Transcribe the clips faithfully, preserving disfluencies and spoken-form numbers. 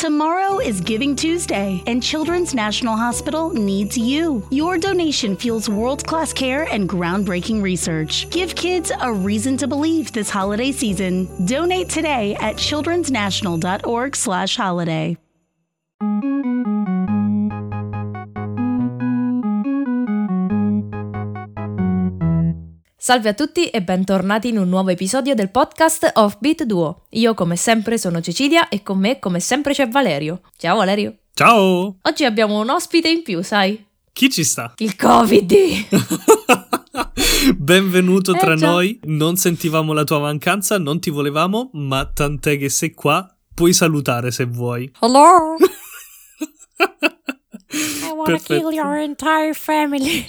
Tomorrow is Giving Tuesday, and Children's National Hospital needs you. Your donation fuels world-class care and groundbreaking research. Give kids a reason to believe this holiday season. Donate today at childrensnational.org slash holiday. Salve a tutti e bentornati in un nuovo episodio del podcast Offbeat Duo. Io come sempre sono Cecilia e con me come sempre c'è Valerio. Ciao Valerio. Ciao. Oggi abbiamo un ospite in più, sai? Chi ci sta? Il Covid. Benvenuto tra eh, noi. Non sentivamo la tua mancanza, non ti volevamo, ma tant'è che sei qua. Puoi salutare se vuoi. Hello. I wanna Perfetto. kill your entire family.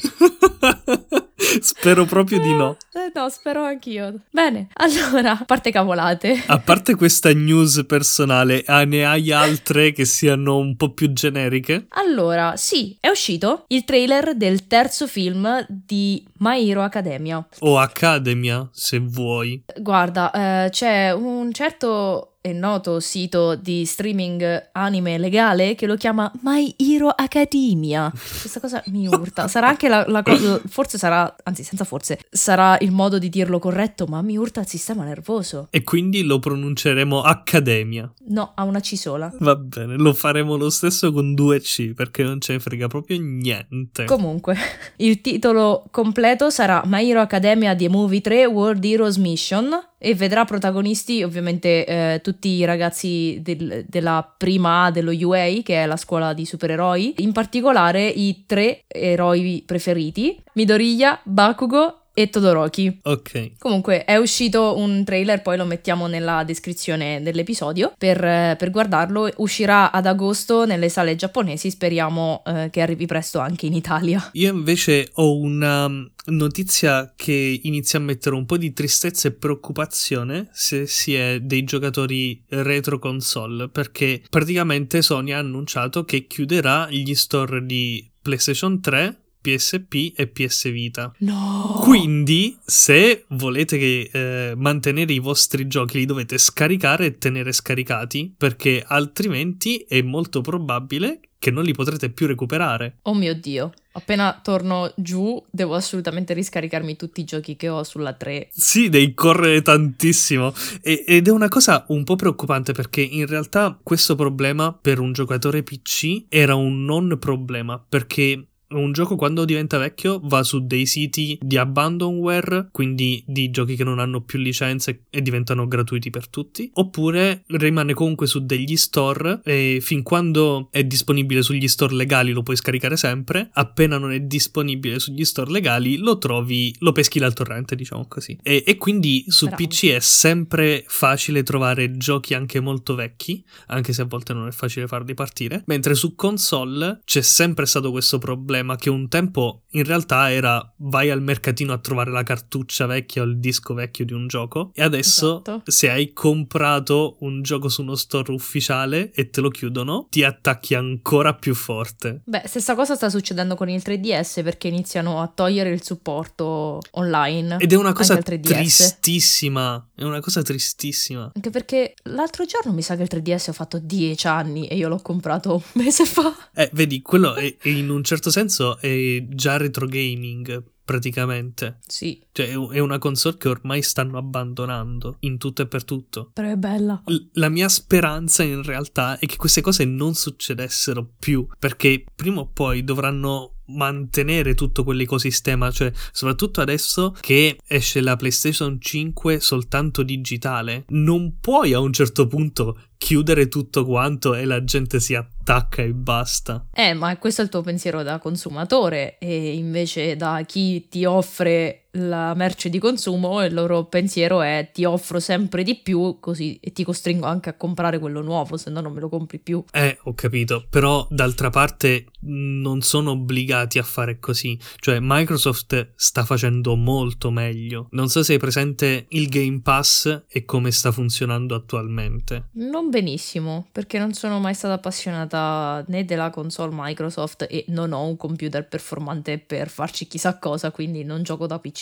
Spero proprio di no. Eh, no, spero anch'io. Bene, allora, a parte cavolate. A parte questa news personale, ah, ne hai altre che siano un po' più generiche? Allora, sì, è uscito il trailer del terzo film di My Hero Academia. O Academia, se vuoi. Guarda, eh, c'è un certo e noto sito di streaming anime legale che lo chiama My Hero Academia. Questa cosa mi urta. Sarà anche la, la cosa, forse sarà, anzi senza forse, sarà il modo di dirlo corretto, ma mi urta il sistema nervoso. E quindi lo pronunceremo Accademia. No, ha una C sola. Va bene, lo faremo lo stesso con due C perché non ce ne frega proprio niente. Comunque, il titolo completo sarà My Hero Academia The Movie tre World Heroes Mission e vedrà protagonisti ovviamente eh, tutti i ragazzi del, della prima A dello U A, che è la scuola di supereroi, in particolare i tre eroi preferiti, Midoriya, Bakugo e Todoroki. Ok. Comunque è uscito un trailer, poi lo mettiamo nella descrizione dell'episodio per, per guardarlo. Uscirà ad agosto nelle sale giapponesi, speriamo eh, che arrivi presto anche in Italia. Io invece ho una notizia che inizia a mettere un po' di tristezza e preoccupazione se si è dei giocatori retro console, perché praticamente Sony ha annunciato che chiuderà gli store di PlayStation tre, P S P e P S Vita. No! Quindi, se volete che, eh, mantenere i vostri giochi, li dovete scaricare e tenere scaricati, perché altrimenti è molto probabile che non li potrete più recuperare. Oh mio Dio, appena torno giù devo assolutamente riscaricarmi tutti i giochi che ho sulla tre. Sì, devi correre tantissimo e, ed è una cosa un po' preoccupante perché in realtà questo problema per un giocatore P C era un non problema, perché un gioco quando diventa vecchio va su dei siti di abandonware, quindi di giochi che non hanno più licenze e diventano gratuiti per tutti, oppure rimane comunque su degli store e fin quando è disponibile sugli store legali lo puoi scaricare sempre, appena non è disponibile sugli store legali lo trovi, lo peschi dal torrente, diciamo così. E, e quindi su Bravo. P C è sempre facile trovare giochi anche molto vecchi, anche se a volte non è facile farli partire, mentre su console c'è sempre stato questo problema che un tempo in realtà era vai al mercatino a trovare la cartuccia vecchia o il disco vecchio di un gioco, e adesso Esatto. se hai comprato un gioco su uno store ufficiale e te lo chiudono, ti attacchi ancora più forte. Beh, stessa cosa sta succedendo con il tre D S perché iniziano a togliere il supporto online. Ed è una cosa anche al tre D S. tristissima, è una cosa tristissima. Anche perché l'altro giorno mi sa che il tre D S ho fatto dieci anni e io l'ho comprato un mese fa. Eh, vedi, quello è, è in un certo senso è già retro gaming praticamente. Sì. Cioè è una console che ormai stanno abbandonando in tutto e per tutto. Però è bella. L- la mia speranza in realtà è che queste cose non succedessero più, perché prima o poi dovranno mantenere tutto quell'ecosistema, cioè soprattutto adesso che esce la PlayStation cinque soltanto digitale, non puoi a un certo punto chiudere tutto quanto e la gente si attacca e basta. Eh, ma questo è il tuo pensiero da consumatore, e invece da chi ti offre la merce di consumo il loro pensiero è ti offro sempre di più così e ti costringo anche a comprare quello nuovo, se no non me lo compri più. Eh, ho capito, però d'altra parte non sono obbligati a fare così, cioè Microsoft sta facendo molto meglio. Non so se hai presente il Game Pass e come sta funzionando attualmente. Non benissimo, perché non sono mai stata appassionata né della console Microsoft e non ho un computer performante per farci chissà cosa, quindi non gioco da P C.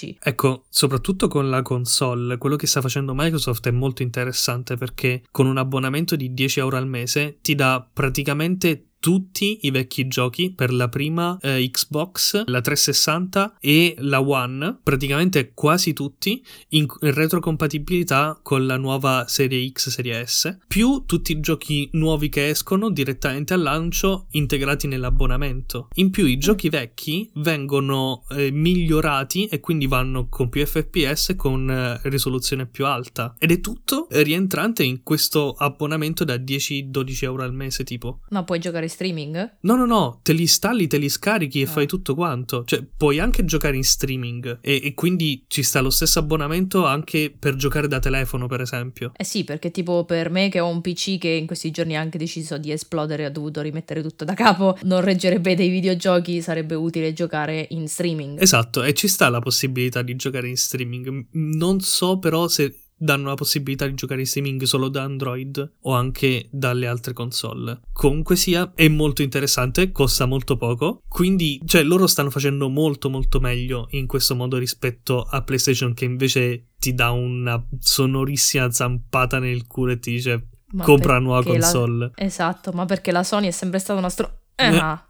C. Ecco, soprattutto con la console, quello che sta facendo Microsoft è molto interessante perché con un abbonamento di dieci euro al mese ti dà praticamente tutti i vecchi giochi per la prima eh, Xbox, la trecentosessanta e la One, praticamente quasi tutti, in, in retrocompatibilità con la nuova serie X, serie S, più tutti i giochi nuovi che escono direttamente al lancio integrati nell'abbonamento. In più i giochi vecchi vengono eh, migliorati e quindi vanno con più F P S, con eh, risoluzione più alta. Ed è tutto rientrante in questo abbonamento da dieci dodici euro al mese tipo. Ma puoi giocare streaming? No, no, no, te li installi, te li scarichi e Ah. fai tutto quanto. Cioè, puoi anche giocare in streaming e, e quindi ci sta lo stesso abbonamento anche per giocare da telefono, per esempio. Eh sì, perché tipo per me che ho un P C che in questi giorni ha anche deciso di esplodere e ha dovuto rimettere tutto da capo, non reggerebbe dei videogiochi, sarebbe utile giocare in streaming. Esatto, e ci sta la possibilità di giocare in streaming. Non so però se danno la possibilità di giocare in streaming solo da Android o anche dalle altre console. Comunque sia, è molto interessante, costa molto poco, quindi cioè loro stanno facendo molto molto meglio in questo modo rispetto a PlayStation, che invece ti dà una sonorissima zampata nel culo e ti dice Ma compra una nuova perché la- console. Esatto, ma perché la Sony è sempre stata una stro... Ah.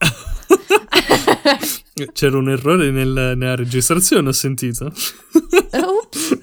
C'era un errore nel- nella registrazione, ho sentito. Ops.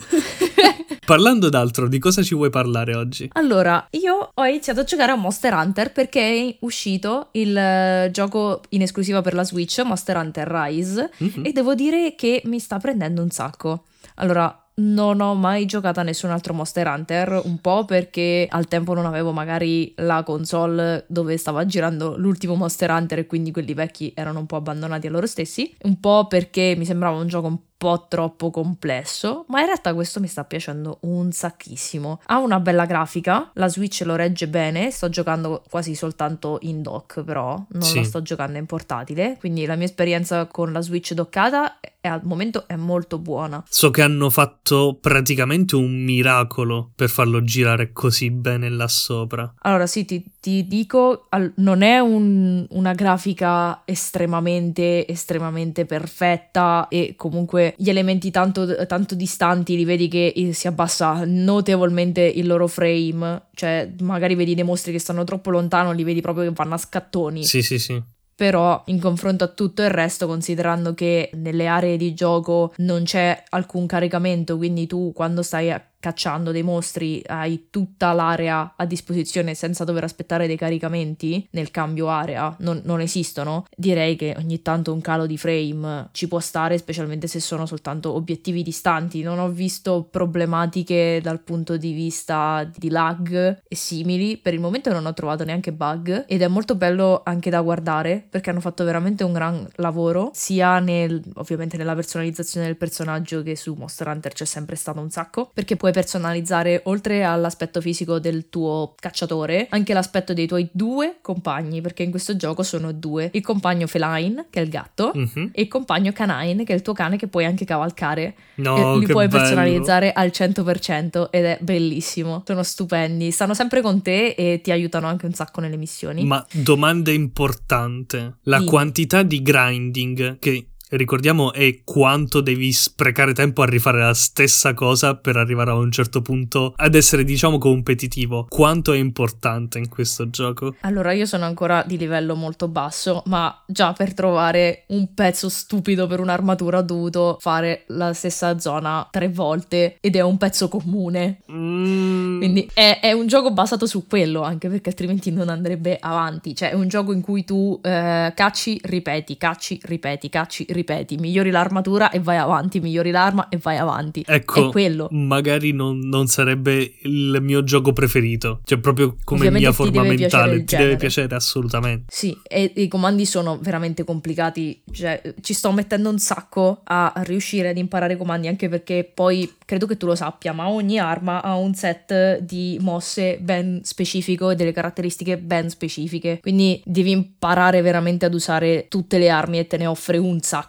Parlando d'altro, di cosa ci vuoi parlare oggi? Allora, io ho iniziato a giocare a Monster Hunter perché è uscito il eh, gioco in esclusiva per la Switch, Monster Hunter Rise, Mhm. e devo dire che mi sta prendendo un sacco. Allora, non ho mai giocato a nessun altro Monster Hunter, un po' perché al tempo non avevo magari la console dove stava girando l'ultimo Monster Hunter e quindi quelli vecchi erano un po' abbandonati a loro stessi, un po' perché mi sembrava un gioco un po' troppo complesso, ma in realtà questo mi sta piacendo un sacchissimo. Ha una bella grafica, la Switch lo regge bene, sto giocando quasi soltanto in dock però, non Sì. la sto giocando in portatile, quindi la mia esperienza con la Switch doccata è, al momento è molto buona. So che hanno fatto praticamente un miracolo per farlo girare così bene là sopra. Allora sì, ti, ti dico, al- non è un- una grafica estremamente, estremamente perfetta e comunque gli elementi tanto, tanto distanti li vedi che eh, si abbassa notevolmente il loro frame, cioè magari vedi dei mostri che stanno troppo lontano, li vedi proprio che vanno a scattoni. Sì, sì, sì. Però in confronto a tutto il resto, considerando che nelle aree di gioco non c'è alcun caricamento, quindi tu quando stai a- cacciando dei mostri hai tutta l'area a disposizione senza dover aspettare dei caricamenti nel cambio area, non, non esistono, direi che ogni tanto un calo di frame ci può stare, specialmente se sono soltanto obiettivi distanti. Non ho visto problematiche dal punto di vista di lag e simili, per il momento non ho trovato neanche bug ed è molto bello anche da guardare perché hanno fatto veramente un gran lavoro sia nel, ovviamente nella personalizzazione del personaggio, che su Monster Hunter c'è sempre stato un sacco, perché puoi personalizzare oltre all'aspetto fisico del tuo cacciatore anche l'aspetto dei tuoi due compagni, perché in questo gioco sono due: il compagno feline, che è il gatto, Mhm. e il compagno canine, che è il tuo cane che puoi anche cavalcare. No, E li che puoi bello. personalizzare al cento per cento ed è bellissimo, sono stupendi, stanno sempre con te e ti aiutano anche un sacco nelle missioni. Ma domanda importante: la Dimmi. quantità di grinding, che ricordiamo è quanto devi sprecare tempo a rifare la stessa cosa per arrivare a un certo punto ad essere, diciamo, competitivo, quanto è importante in questo gioco? Allora, io sono ancora di livello molto basso, ma già per trovare un pezzo stupido per un'armatura ho dovuto fare la stessa zona tre volte ed è un pezzo comune. Mm, Quindi è, è un gioco basato su quello, anche perché altrimenti non andrebbe avanti. Cioè è un gioco in cui tu eh, cacci, ripeti, cacci, ripeti, cacci, ripeti, migliori l'armatura e vai avanti, migliori l'arma e vai avanti. ecco, È quello. magari non, non sarebbe il mio gioco preferito, cioè proprio come Ovviamente mia ti forma deve piacere mentale, il ti deve genere. piacere assolutamente. Sì, e i comandi sono veramente complicati, cioè ci sto mettendo un sacco a riuscire ad imparare i comandi, anche perché poi credo che tu lo sappia, ma ogni arma ha un set di mosse ben specifico e delle caratteristiche ben specifiche, quindi devi imparare veramente ad usare tutte le armi e te ne offre un sacco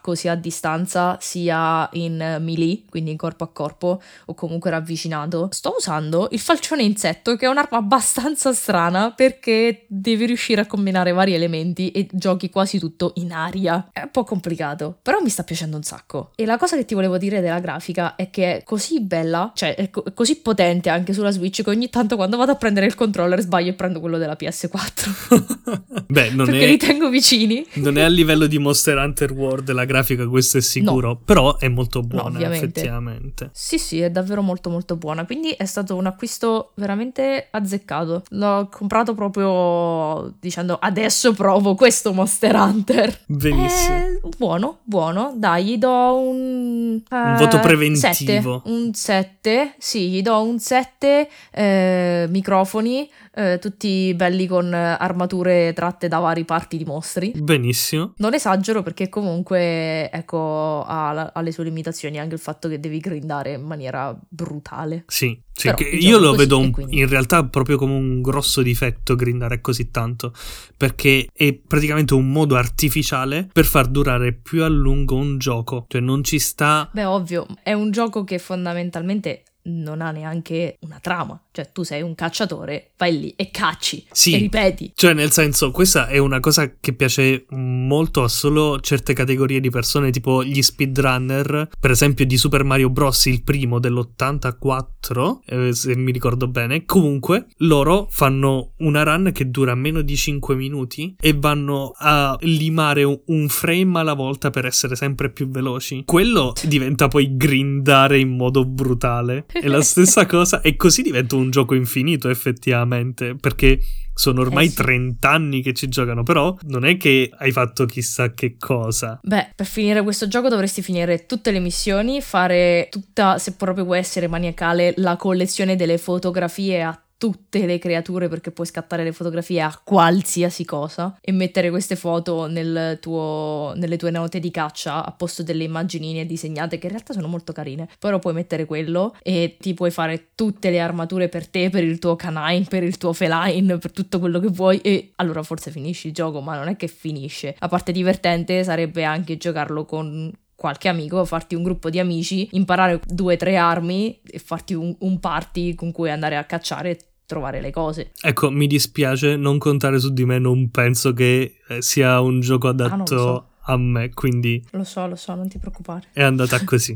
attacco sia a distanza sia in melee, quindi in corpo a corpo o comunque ravvicinato. Sto usando il falcione insetto, che è un'arma abbastanza strana perché devi riuscire a combinare vari elementi e giochi quasi tutto in aria. È un po' complicato, però mi sta piacendo un sacco. E la cosa che ti volevo dire della grafica è che è così bella, cioè è, co- è così potente anche sulla Switch, che ogni tanto quando vado a prendere il controller sbaglio e prendo quello della P S quattro. Beh, non perché è, li tengo vicini. Non è a livello di Monster Hunter World la grafica, questo è sicuro, no. Però è molto buona, no, effettivamente. Sì, sì, è davvero molto molto buona, quindi è stato un acquisto veramente azzeccato. L'ho comprato proprio dicendo adesso provo questo Monster Hunter. Benissimo. È buono, buono, dai, gli do un... Uh, un voto preventivo. sette, un sette, sì, gli do un sette, eh, microfoni, eh, tutti belli con armature tratte da vari parti di mostri. Benissimo. Non esagero perché comunque, ecco, ha, ha le sue limitazioni, anche il fatto che devi grindare in maniera brutale. Sì, sì, Però, che diciamo, io lo così, vedo un, quindi... in realtà proprio come un grosso difetto grindare così tanto, perché è praticamente un modo artificiale per far durare più a lungo un gioco, cioè non ci sta... Beh, ovvio, è un gioco che fondamentalmente non ha neanche una trama, cioè tu sei un cacciatore, vai lì e cacci, sì, e ripeti. Cioè nel senso, questa è una cosa che piace molto a solo certe categorie di persone, tipo gli speedrunner, per esempio di Super Mario Bros, il primo dell'ottantaquattro, eh, se mi ricordo bene. Comunque loro fanno una run che dura meno di cinque minuti e vanno a limare un frame alla volta per essere sempre più veloci. Quello diventa poi grindare in modo brutale. È la stessa cosa, e così diventa un gioco infinito effettivamente, perché sono ormai eh sì. trenta anni che ci giocano, però non è che hai fatto chissà che cosa. Beh, per finire questo gioco dovresti finire tutte le missioni, fare tutta, se proprio vuoi essere maniacale, la collezione delle fotografie a tutte le creature, perché puoi scattare le fotografie a qualsiasi cosa e mettere queste foto nel tuo, nelle tue note di caccia a posto delle immaginine disegnate che in realtà sono molto carine. Però puoi mettere quello e ti puoi fare tutte le armature per te, per il tuo canine, per il tuo feline, per tutto quello che vuoi, e allora forse finisci il gioco, ma non è che finisce. La parte divertente sarebbe anche giocarlo con qualche amico, farti un gruppo di amici, imparare due o tre armi e farti un, un party con cui andare a cacciare e trovare le cose. Ecco, mi dispiace, non contare su di me, non penso che sia un gioco adatto ah, non lo so. a me, quindi... Lo so, lo so, non ti preoccupare. È andata così.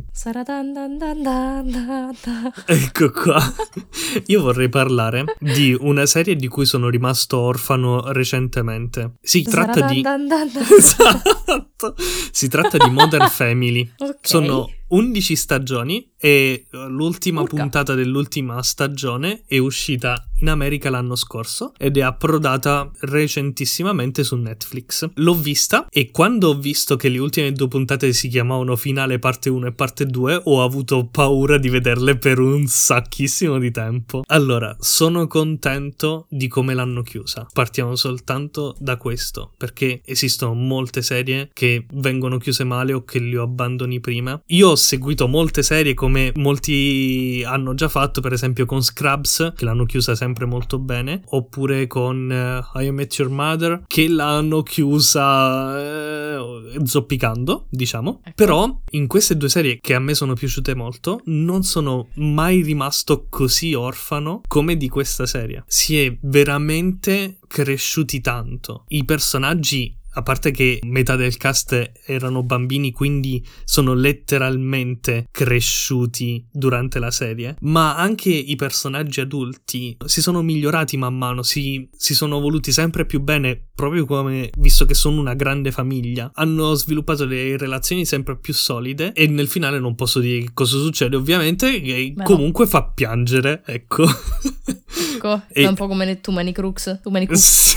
Ecco qua. Io vorrei parlare di una serie di cui sono rimasto orfano recentemente. Si tratta di... Esatto. Si tratta di Modern Family. Okay. Sono undici stagioni e l'ultima Urca. puntata dell'ultima stagione è uscita in America l'anno scorso ed è approdata recentissimamente su Netflix. L'ho vista e quando ho visto che le ultime due puntate si chiamavano Finale parte uno e parte due ho avuto paura di vederle per un sacchissimo di tempo. Allora, sono contento di come l'hanno chiusa. Partiamo soltanto da questo, perché esistono molte serie che vengono chiuse male o che li ho abbandoni prima. Io ho seguito molte serie come molti hanno già fatto, per esempio con Scrubs, che l'hanno chiusa sempre molto bene, oppure con uh, I Met Your Mother, che l'hanno chiusa uh, zoppicando, diciamo. Ecco. Però in queste due serie che a me sono piaciute molto non sono mai rimasto così orfano come di questa serie. Si è veramente cresciuti tanto. I personaggi, a parte che metà del cast erano bambini, quindi sono letteralmente cresciuti durante la serie, ma anche i personaggi adulti si sono migliorati man mano, si, si sono voluti sempre più bene, proprio come, visto che sono una grande famiglia, hanno sviluppato delle relazioni sempre più solide e nel finale non posso dire che cosa succede, ovviamente, che Beh, comunque no. fa piangere, ecco. Ecco, e... è un po' come Too Many Crooks, Too Many Crooks.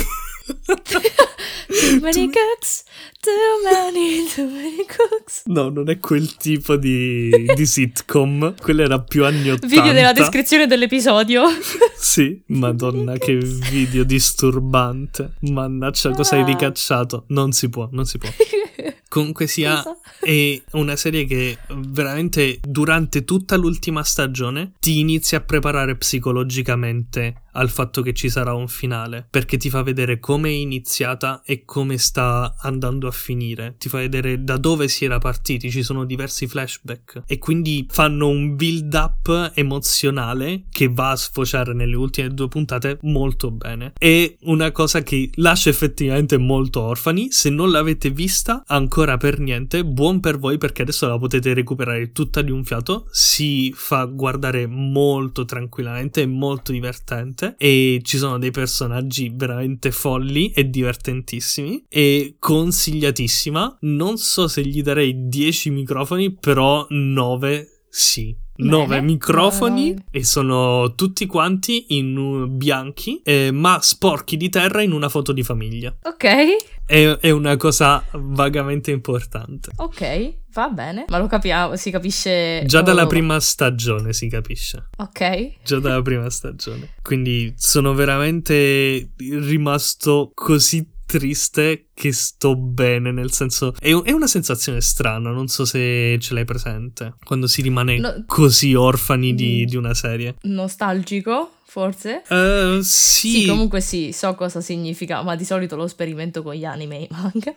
Too many cooks, too many, too many cooks. No, non è quel tipo di, di sitcom. Quello era più anni ottanta. Video nella descrizione dell'episodio. Sì, madonna, che video disturbante. Mannaggia, cosa hai ricacciato? Non si può, non si può. Comunque sia, è una serie che veramente durante tutta l'ultima stagione ti inizia a preparare psicologicamente al fatto che ci sarà un finale, perché ti fa vedere come è iniziata e come sta andando a finire, ti fa vedere da dove si era partiti, ci sono diversi flashback e quindi fanno un build up emozionale che va a sfociare nelle ultime due puntate molto bene. È una cosa che lascia effettivamente molto orfani. Se non l'avete vista ancora per niente, buon per voi, perché adesso la potete recuperare tutta di un fiato, si fa guardare molto tranquillamente, è molto divertente e ci sono dei personaggi veramente folli e divertentissimi e consigliatissima. Non so se gli darei dieci microfoni, però nove sì. nove microfoni no, no. E sono tutti quanti in uh, bianchi eh, ma sporchi di terra in una foto di famiglia. Ok. È, è una cosa vagamente importante. Ok, va bene. Ma lo capiamo, si capisce già dalla prima stagione, si capisce. Ok. Già dalla prima stagione. Quindi sono veramente rimasto così triste che sto bene, nel senso è, è una sensazione strana, non so se ce l'hai presente, quando si rimane no, così orfani di, di una serie. Nostalgico, forse? Uh, sì. Sì, comunque sì, so cosa significa, ma di solito lo sperimento con gli anime e i manga.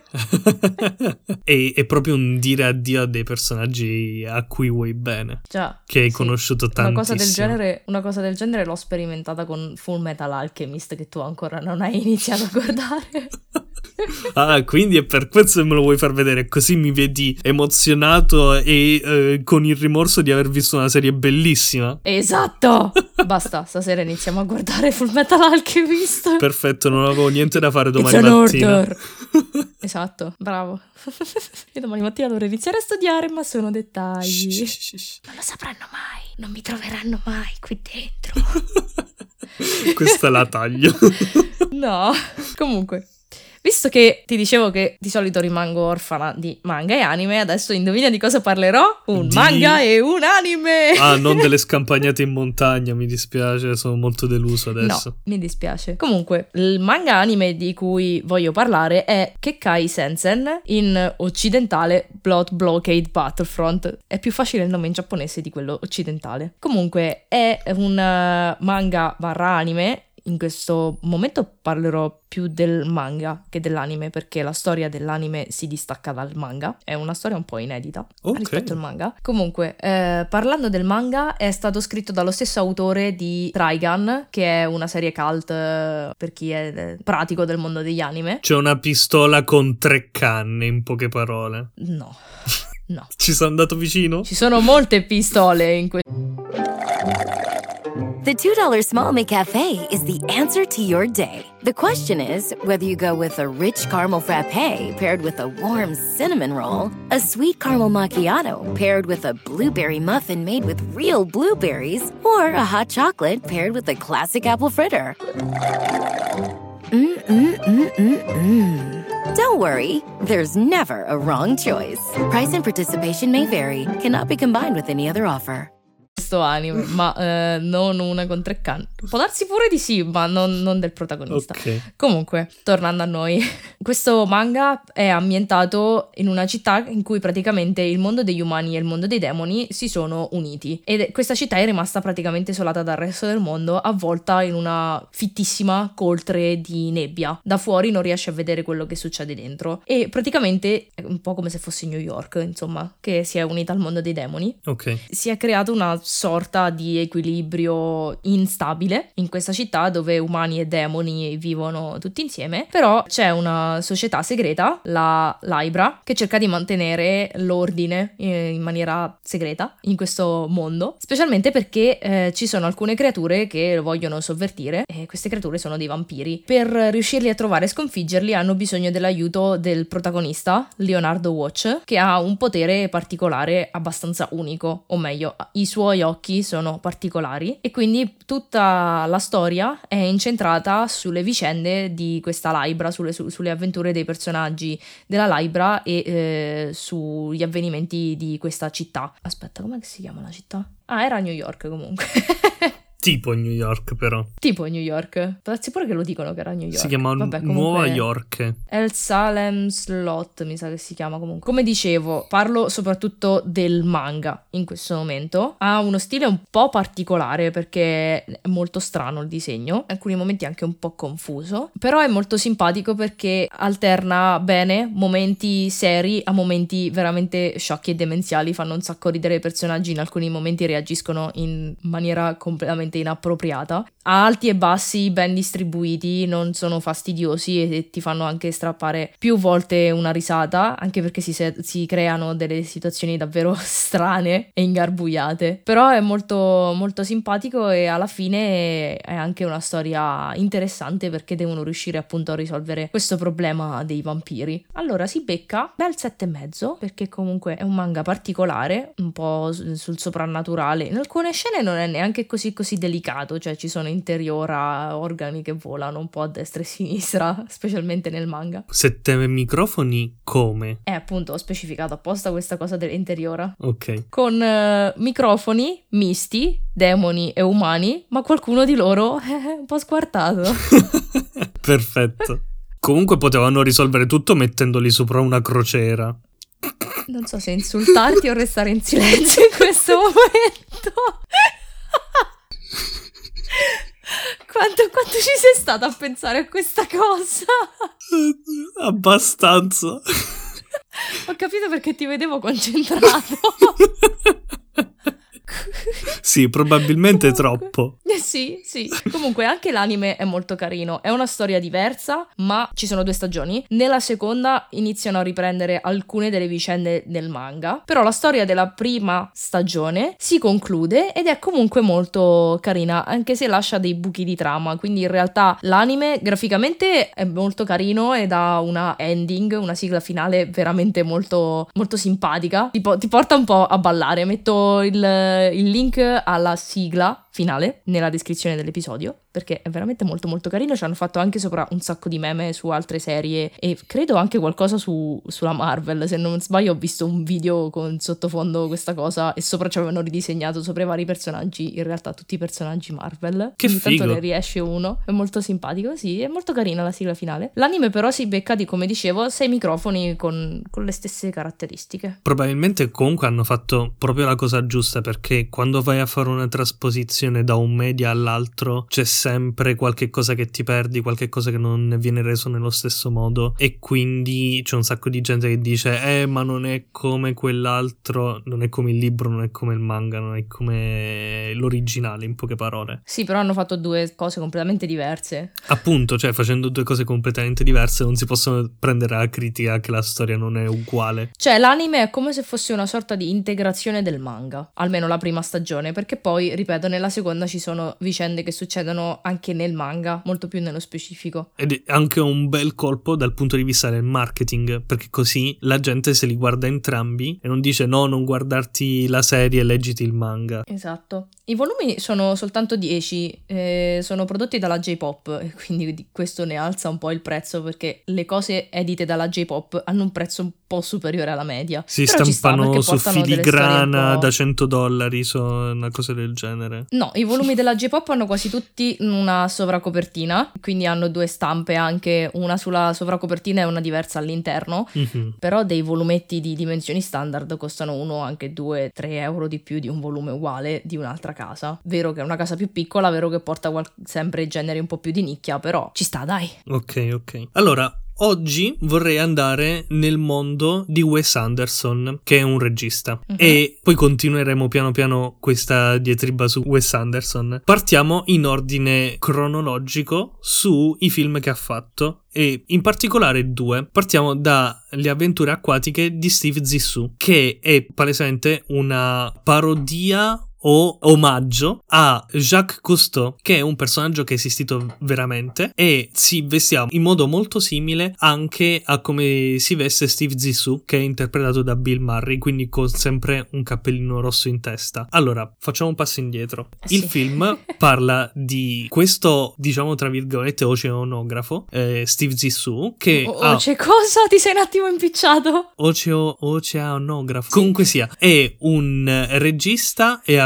è, è proprio un dire addio a dei personaggi a cui vuoi bene. Già. Che hai sì. conosciuto tantissimo. Una cosa del genere, una cosa del genere l'ho sperimentata con Full Metal Alchemist, che tu ancora non hai iniziato a guardare. Ah, quindi è per questo che me lo vuoi far vedere, così mi vedi emozionato e eh, con il rimorso di aver visto una serie bellissima. Esatto. Basta, stasera iniziamo a guardare Full Metal Alchemist. Perfetto, non avevo niente da fare domani It's an mattina. Order. Esatto, bravo. Io domani mattina dovrei iniziare a studiare, ma sono dettagli. Shh, shh, shh. Non lo sapranno mai, non mi troveranno mai qui dentro. Questa la taglio. No, comunque, visto che ti dicevo che di solito rimango orfana di manga e anime, adesso indovina di cosa parlerò? Un di... manga e un anime! Ah, non delle scampagnate in montagna, mi dispiace, sono molto deluso adesso. No, mi dispiace. Comunque, il manga anime di cui voglio parlare è Kekkai Sensen, in occidentale Blood Blockade Battlefront. È più facile il nome in giapponese di quello occidentale. Comunque, è un uh, manga barra anime. In questo momento parlerò più del manga che dell'anime, perché la storia dell'anime si distacca dal manga. È una storia un po' inedita okay. rispetto al manga. Comunque, eh, parlando del manga, è stato scritto dallo stesso autore di Trigun, che è una serie cult eh, per chi è eh, pratico del mondo degli anime. C'è una pistola con tre canne, in poche parole. No, no. Ci sono andato vicino? Ci sono molte pistole in questo. The two dollar Small McCafe is the answer to your day. The question is whether you go with a rich caramel frappe paired with a warm cinnamon roll, a sweet caramel macchiato paired with a blueberry muffin made with real blueberries, or a hot chocolate paired with a classic apple fritter. Mm-mm-mm-mm-mm. Don't worry, there's never a wrong choice. Price and participation may vary, cannot be combined with any other offer. Questo anime, ma eh, non una con tre canne. Può darsi pure di sì, ma non, non del protagonista. Okay. Comunque, tornando a noi, questo manga è ambientato in una città in cui praticamente il mondo degli umani e il mondo dei demoni si sono uniti, ed questa città è rimasta praticamente isolata dal resto del mondo, avvolta in una fittissima coltre di nebbia. Da fuori non riesce a vedere quello che succede dentro, e praticamente è un po' come se fosse New York, insomma, che si è unita al mondo dei demoni. Ok. Si è creato una sorta di equilibrio instabile in questa città, dove umani e demoni vivono tutti insieme, però c'è una società segreta, la Libra, che cerca di mantenere l'ordine in maniera segreta in questo mondo, specialmente perché eh, ci sono alcune creature che lo vogliono sovvertire, e queste creature sono dei vampiri. Per riuscirli a trovare e sconfiggerli hanno bisogno dell'aiuto del protagonista, Leonardo Watch, che ha un potere particolare abbastanza unico, o meglio, i suoi occhi sono particolari, e quindi tutta la storia è incentrata sulle vicende di questa Libra, sulle, su, sulle avventure dei personaggi della Libra e eh, sugli avvenimenti di questa città. Aspetta, com'è che si chiama la città? Ah, era New York comunque. Tipo New York, però. Tipo New York. Pensi pure che lo dicono che era New York. Si chiama Vabbè, Nuova York. El Salem Slot, mi sa che si chiama comunque. Come dicevo, parlo soprattutto del manga in questo momento. Ha uno stile un po' particolare perché è molto strano il disegno, in alcuni momenti anche un po' confuso, però è molto simpatico perché alterna bene momenti seri a momenti veramente sciocchi e demenziali, fanno un sacco ridere i personaggi, in alcuni momenti reagiscono in maniera completamente inappropriata. Ha alti e bassi ben distribuiti, non sono fastidiosi e ti fanno anche strappare più volte una risata, anche perché si, se- si creano delle situazioni davvero strane e ingarbugliate. Però è molto, molto simpatico e alla fine è anche una storia interessante perché devono riuscire appunto a risolvere questo problema dei vampiri. Allora si becca bel sette e mezzo perché comunque è un manga particolare, un po' sul soprannaturale. In alcune scene non è neanche così così delicato, cioè ci sono interiora organi che volano un po' a destra e a sinistra, specialmente nel manga. Sette microfoni come? Eh, appunto, ho specificato apposta questa cosa dell'interiora. Ok. Con uh, microfoni misti, demoni e umani, ma qualcuno di loro è un po' squartato. Perfetto. Comunque potevano risolvere tutto mettendoli sopra una crociera. Non so se insultarti o restare in silenzio in questo momento. Quanto, quanto ci sei stata a pensare a questa cosa? Abbastanza. Ho capito perché ti vedevo concentrato. Sì, probabilmente Comunque, troppo. Eh sì, sì. Comunque anche l'anime è molto carino. È una storia diversa, ma ci sono due stagioni. Nella seconda iniziano a riprendere alcune delle vicende del manga. Però la storia della prima stagione si conclude ed è comunque molto carina, anche se lascia dei buchi di trama. Quindi in realtà l'anime graficamente è molto carino ed ha una ending, una sigla finale veramente molto, molto simpatica. Ti, po- ti porta un po' a ballare. Metto il il link alla sigla finale nella descrizione dell'episodio perché è veramente molto molto carino. Ci hanno fatto anche sopra un sacco di meme su altre serie e credo anche qualcosa su, sulla Marvel, se non sbaglio ho visto un video con sottofondo questa cosa e sopra ci avevano ridisegnato sopra i vari personaggi, in realtà tutti i personaggi Marvel. Che ogni figo. tanto ne riesce uno, è molto simpatico, sì, è molto carina la sigla finale. L'anime però si becca di, come dicevo, sei microfoni con, con le stesse caratteristiche. Probabilmente comunque hanno fatto proprio la cosa giusta perché quando vai a fare una trasposizione da un media all'altro c'è sempre qualche cosa che ti perdi, qualche cosa che non viene reso nello stesso modo e quindi c'è un sacco di gente che dice eh ma non è come quell'altro, non è come il libro, non è come il manga, non è come l'originale, in poche parole. Sì, però hanno fatto due cose completamente diverse. Appunto, cioè facendo due cose completamente diverse non si possono prendere la critica che la storia non è uguale. Cioè l'anime è come se fosse una sorta di integrazione del manga, almeno la prima stagione, perché poi, ripeto, nella seconda ci sono vicende che succedono anche nel manga, molto più nello specifico. Ed è anche un bel colpo dal punto di vista del marketing, perché così la gente se li guarda entrambi e non dice no, non guardarti la serie, leggiti il manga. Esatto. I volumi sono soltanto dieci, eh, sono prodotti dalla J-pop e quindi questo ne alza un po' il prezzo perché le cose edite dalla J-pop hanno un prezzo un po' superiore alla media. Si Però stampano su filigrana da po'... cento dollari, so, una cosa del genere. No, i volumi della J-pop hanno quasi tutti una sovracopertina, quindi hanno due stampe, anche una sulla sovracopertina e una diversa all'interno, Mm-hmm. però dei volumetti di dimensioni standard costano uno, anche due, tre euro di più di un volume uguale di un'altra casa. Vero che è una casa più piccola, vero che porta qual- sempre generi un po' più di nicchia, però ci sta, dai. Ok, ok. Allora, oggi vorrei andare nel mondo di Wes Anderson, che è un regista, uh-huh. e poi continueremo piano piano questa diatriba su Wes Anderson. Partiamo in ordine cronologico sui film che ha fatto, e in particolare due. Partiamo dalle avventure acquatiche di Steve Zissou, che è palesemente una parodia o omaggio a Jacques Cousteau, che è un personaggio che è esistito veramente e si vestiva in modo molto simile anche a come si veste Steve Zissou, che è interpretato da Bill Murray, quindi con sempre un cappellino rosso in testa. Allora, facciamo un passo indietro. Sì. Il film parla di questo, diciamo tra virgolette, oceanografo, eh, Steve Zissou, che Oh, ha... c'è cosa? Ti sei un attimo impicciato? Oceo, oceanografo. Comunque sia, è un regista e ha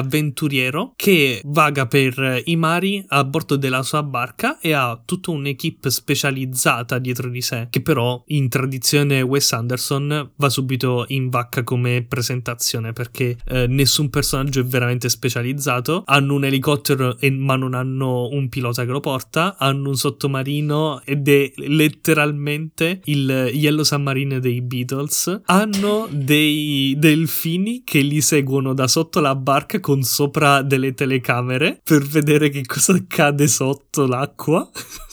avventuriero che vaga per i mari a bordo della sua barca e ha tutta un'equipe specializzata dietro di sé, che però in tradizione Wes Anderson va subito in vacca come presentazione, perché eh, nessun personaggio è veramente specializzato. Hanno un elicottero e, ma non hanno un pilota che lo porta, hanno un sottomarino ed è letteralmente il Yellow Submarine dei Beatles, hanno dei delfini che li seguono da sotto la barca con sopra delle telecamere per vedere che cosa accade sotto l'acqua.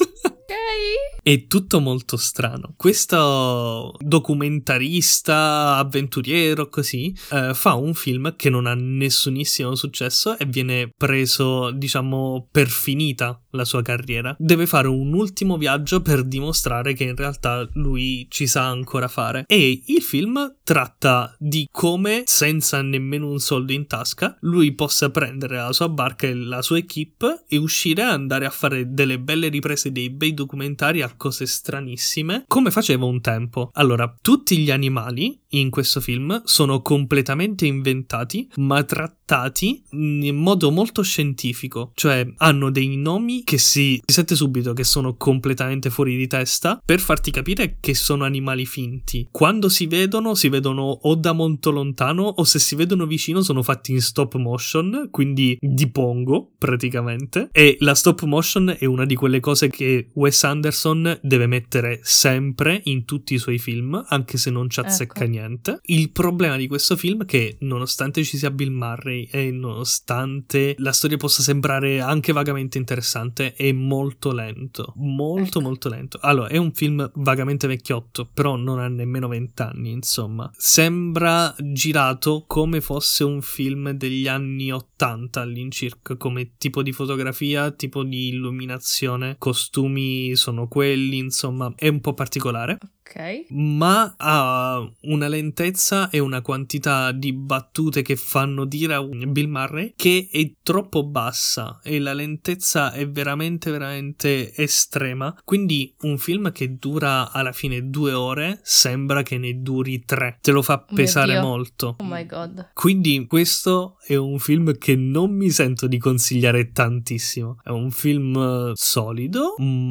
È tutto molto strano. Questo documentarista, avventuriero, così, eh, fa un film che non ha nessunissimo successo e viene preso, diciamo, per finita la sua carriera. Deve fare un ultimo viaggio per dimostrare che in realtà lui ci sa ancora fare. E il film tratta di come, senza nemmeno un soldo in tasca, lui possa prendere la sua barca e la sua equipe e uscire e andare a fare delle belle riprese, dei bei documentari a cose stranissime, come faceva un tempo. Allora, tutti gli animali in questo film sono completamente inventati, ma trattati in modo molto scientifico, cioè hanno dei nomi che si, si sente subito che sono completamente fuori di testa, per farti capire che sono animali finti. Quando si vedono, si vedono o da molto lontano, o se si vedono vicino sono fatti in stop motion, quindi di pongo praticamente. E la stop motion è una di quelle cose che Wes Anderson deve mettere sempre in tutti i suoi film, anche se non ci azzecca ecco. niente. Il problema di questo film è che, nonostante ci sia Bill Murray e nonostante la storia possa sembrare anche vagamente interessante, è molto lento, molto ecco. molto lento. Allora, è un film vagamente vecchiotto, però non ha nemmeno vent'anni, insomma. Sembra girato come fosse un film degli anni ottanta all'incirca, come tipo di fotografia, tipo di illuminazione, costumi sono quelli, insomma, è un po' particolare. Ok. Ma ha una lentezza e una quantità di battute che fanno dire a Bill Murray che è troppo bassa e la lentezza è veramente veramente estrema, quindi un film che dura alla fine due ore sembra che ne duri tre, te lo fa pesare molto. Oh my god. Quindi questo è un film che non mi sento di consigliare tantissimo. È un film solido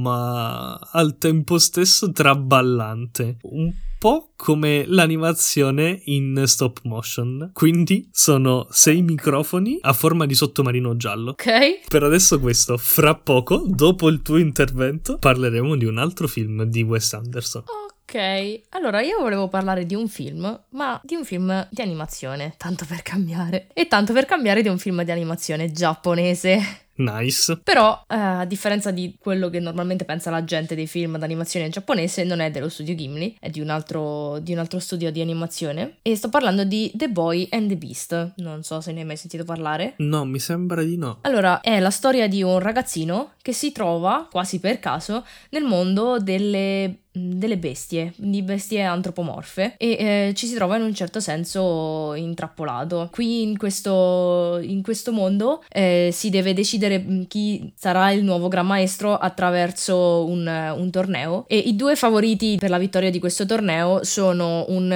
ma al tempo stesso traballante, un po' come l'animazione in stop motion. Quindi sono sei microfoni a forma di sottomarino giallo. Ok. Per adesso questo. Fra poco, dopo il tuo intervento, parleremo di un altro film di Wes Anderson. Ok, allora io volevo parlare di un film, ma di un film di animazione, tanto per cambiare. E tanto per cambiare di un film di animazione giapponese. Nice. Però, eh, a differenza di quello che normalmente pensa la gente dei film d'animazione giapponese, non è dello studio Ghibli, è di un altro, di un altro studio di animazione. E sto parlando di The Boy and the Beast. Non so se ne hai mai sentito parlare. No, mi sembra di no. Allora, è la storia di un ragazzino che si trova, quasi per caso, nel mondo delle... delle bestie, di bestie antropomorfe, e eh, ci si trova in un certo senso intrappolato. Qui in questo, in questo mondo eh, si deve decidere chi sarà il nuovo Gran Maestro attraverso un, un torneo, e i due favoriti per la vittoria di questo torneo sono un,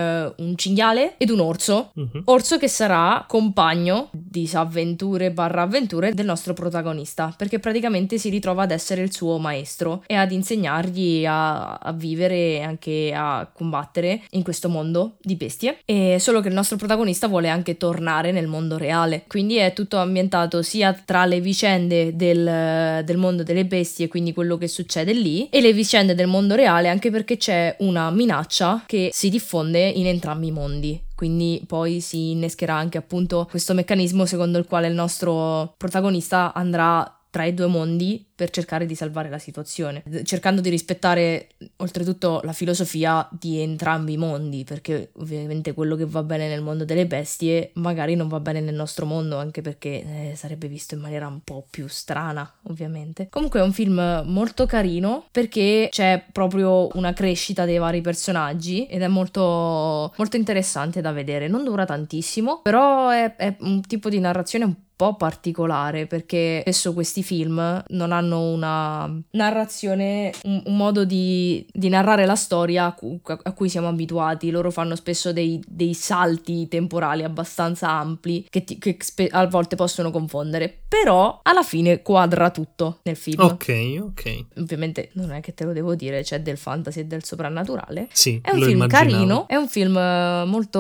un cinghiale ed un orso. Uh-huh. Orso che sarà compagno di avventure barra avventure del nostro protagonista, perché praticamente si ritrova ad essere il suo maestro e ad insegnargli a a vivere e anche a combattere in questo mondo di bestie. E solo che il nostro protagonista vuole anche tornare nel mondo reale, quindi è tutto ambientato sia tra le vicende del, del mondo delle bestie, quindi quello che succede lì, e le vicende del mondo reale, anche perché c'è una minaccia che si diffonde in entrambi i mondi. Quindi poi si innescherà anche appunto questo meccanismo secondo il quale il nostro protagonista andrà tra i due mondi per cercare di salvare la situazione, cercando di rispettare oltretutto la filosofia di entrambi i mondi, perché ovviamente quello che va bene nel mondo delle bestie magari non va bene nel nostro mondo, anche perché eh, sarebbe visto in maniera un po' più strana, ovviamente. Comunque è un film molto carino perché c'è proprio una crescita dei vari personaggi ed è molto, molto interessante da vedere. Non dura tantissimo, però è, è un tipo di narrazione un po' particolare, perché spesso questi film non hanno hanno una narrazione, un, un modo di, di narrare la storia a cui, a cui siamo abituati. Loro fanno spesso dei, dei salti temporali abbastanza ampli che, ti, che spe- a volte possono confondere, però alla fine quadra tutto nel film. Ok, ok. Ovviamente non è che te lo devo dire, c'è del fantasy e del soprannaturale. Sì, è un lo film immaginavo. carino, è un film molto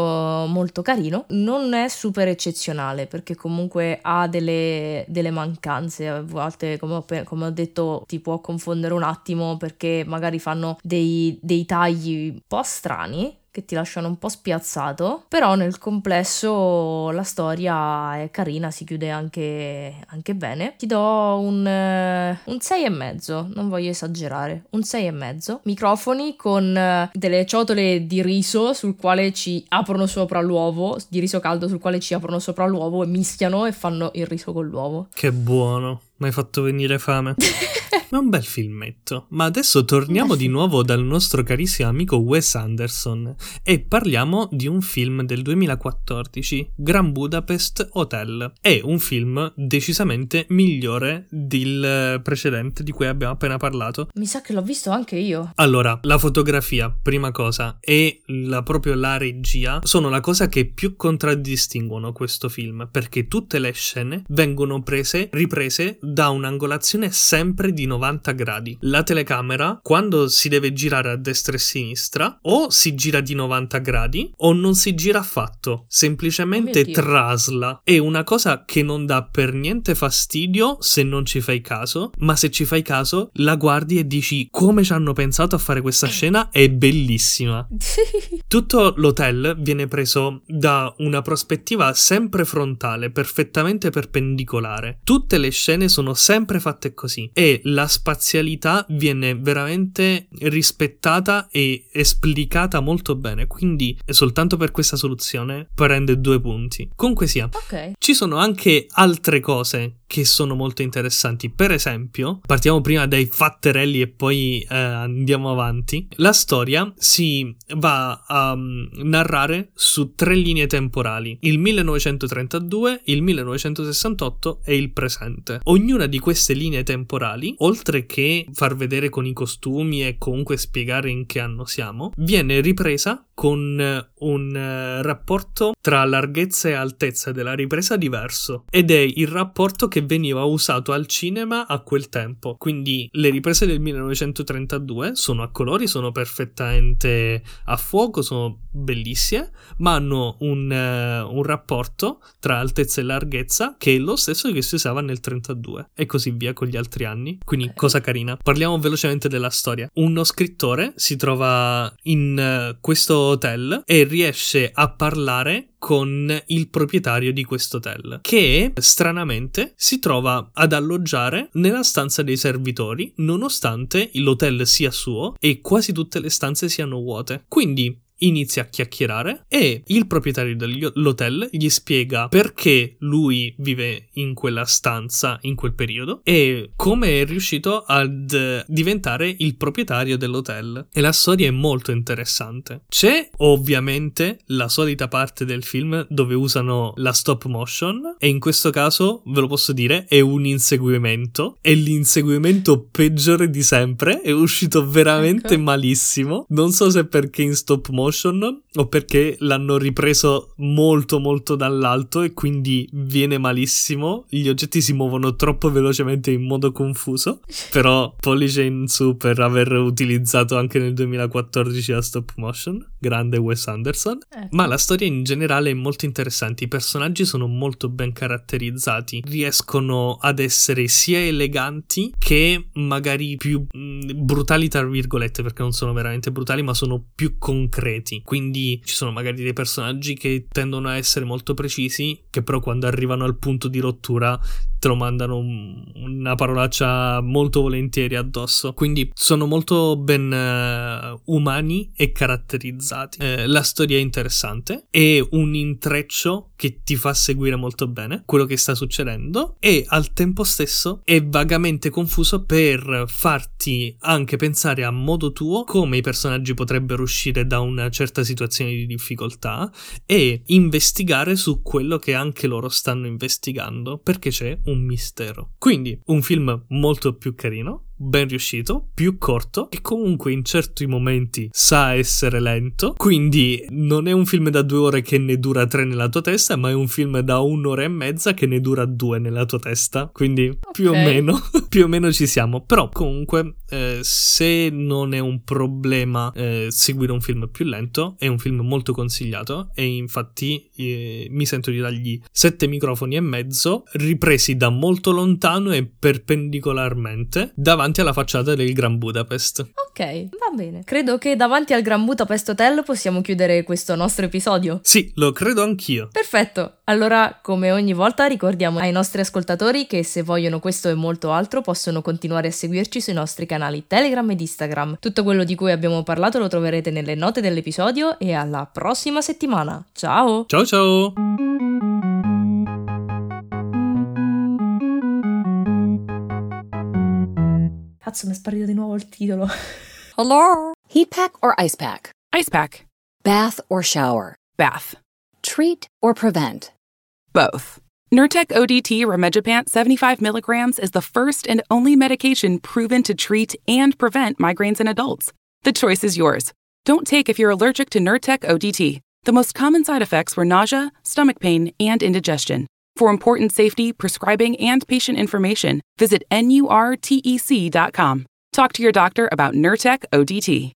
molto carino, non è super eccezionale perché comunque ha delle, delle mancanze, a volte come ho, come ho detto ti può confondere un attimo perché magari fanno dei, dei tagli un po' strani che ti lasciano un po' spiazzato, però nel complesso la storia è carina, si chiude anche, anche bene. Ti do un, uh, un sei e mezzo, non voglio esagerare, un sei e mezzo. Microfoni con uh, delle ciotole di riso sul quale ci aprono sopra l'uovo, di riso caldo sul quale ci aprono sopra l'uovo e mischiano e fanno il riso con l'uovo. Che buono, mi hai fatto venire fame. È un bel filmetto. Ma adesso torniamo di nuovo dal nostro carissimo amico Wes Anderson e parliamo di un film del duemilaquattordici, Grand Budapest Hotel. È un film decisamente migliore del precedente di cui abbiamo appena parlato. Mi sa che l'ho visto anche io. Allora, la fotografia, prima cosa, e la, proprio la regia sono la cosa che più contraddistinguono questo film, perché tutte le scene vengono prese, riprese da un'angolazione sempre di novanta gradi. La telecamera, quando si deve girare a destra e a sinistra, o si gira di novanta gradi o non si gira affatto, semplicemente Oh mio Dio. trasla. È una cosa che non dà per niente fastidio se non ci fai caso, ma se ci fai caso la guardi e dici come ci hanno pensato a fare questa scena, è bellissima. Tutto l'hotel viene preso da una prospettiva sempre frontale, perfettamente perpendicolare. Tutte le scene sono sempre fatte così e la spazialità viene veramente rispettata e esplicata molto bene, quindi soltanto per questa soluzione prende due punti. Comunque sia, Ok. ci sono anche altre cose che sono molto interessanti. Per esempio, partiamo prima dai fatterelli e poi eh, andiamo avanti. La storia si va a um, narrare su tre linee temporali: il millenovecentotrentadue, il millenovecentosessantotto e il presente. Ognuna di queste linee temporali, oltre che far vedere con i costumi e comunque spiegare in che anno siamo, viene ripresa con un uh, rapporto tra larghezza e altezza della ripresa diverso, ed è il rapporto che veniva usato al cinema a quel tempo. Quindi le riprese del millenovecentotrentadue sono a colori, sono perfettamente a fuoco, sono bellissime, ma hanno un, uh, un rapporto tra altezza e larghezza che è lo stesso che si usava nel trentadue, e così via con gli altri anni. Quindi cosa carina. Parliamo velocemente della storia. Uno scrittore si trova in uh, questo hotel e riesce a parlare con il proprietario di questo hotel, che stranamente si trova ad alloggiare nella stanza dei servitori nonostante l'hotel sia suo e quasi tutte le stanze siano vuote. Quindi inizia a chiacchierare e il proprietario dell'hotel gli spiega perché lui vive in quella stanza in quel periodo e come è riuscito ad diventare il proprietario dell'hotel. E la storia è molto interessante. C'è ovviamente la solita parte del film dove usano la stop motion, e in questo caso, ve lo posso dire, è un inseguimento. È l'inseguimento peggiore di sempre, è uscito veramente Ecco. malissimo. Non so se perché in stop motion o perché l'hanno ripreso molto molto dall'alto e quindi viene malissimo. Gli oggetti si muovono troppo velocemente in modo confuso, però pollice in su per aver utilizzato anche nel duemilaquattordici la stop motion. Grande Wes Anderson. Ecco. Ma la storia in generale è molto interessante, i personaggi sono molto ben caratterizzati, riescono ad essere sia eleganti che magari più mh, brutali tra virgolette, perché non sono veramente brutali ma sono più concreti. Quindi ci sono magari dei personaggi che tendono a essere molto precisi, che però quando arrivano al punto di rottura te lo mandano un, una parolaccia molto volentieri addosso. Quindi sono molto ben uh, umani e caratterizzati. Eh, la storia è interessante, è un intreccio che ti fa seguire molto bene quello che sta succedendo e al tempo stesso è vagamente confuso per farti anche pensare a modo tuo come i personaggi potrebbero uscire da una certa situazione di difficoltà e investigare su quello che anche loro stanno investigando, perché c'è un un mistero. Quindi un film molto più carino, ben riuscito, più corto, e comunque in certi momenti sa essere lento, quindi non è un film da due ore che ne dura tre nella tua testa, ma è un film da un'ora e mezza che ne dura due nella tua testa, quindi okay. più o meno più o meno ci siamo. Però comunque eh, se non è un problema eh, seguire un film più lento, è un film molto consigliato, e infatti eh, mi sento di dargli sette microfoni e mezzo, ripresi da molto lontano e perpendicolarmente davanti alla facciata del Grand Budapest. Ok, va bene. Credo che davanti al Grand Budapest Hotel possiamo chiudere questo nostro episodio. Sì, lo credo anch'io. Perfetto. Allora, come ogni volta, ricordiamo ai nostri ascoltatori che se vogliono questo e molto altro possono continuare a seguirci sui nostri canali Telegram ed Instagram. Tutto quello di cui abbiamo parlato lo troverete nelle note dell'episodio, e alla prossima settimana. Ciao! Ciao ciao! Cazzo, mi è sparito di nuovo il titolo. Hello? Heat pack or ice pack? Ice pack. Bath or shower? Bath. Treat or prevent? Both. Nurtec O D T Rimegepant seventy-five milligrams is the first and only medication proven to treat and prevent migraines in adults. The choice is yours. Don't take if you're allergic to Nurtec O D T. The most common side effects were nausea, stomach pain, and indigestion. For important safety, prescribing, and patient information, visit N U R T E C dot com. Talk to your doctor about Nurtec O D T.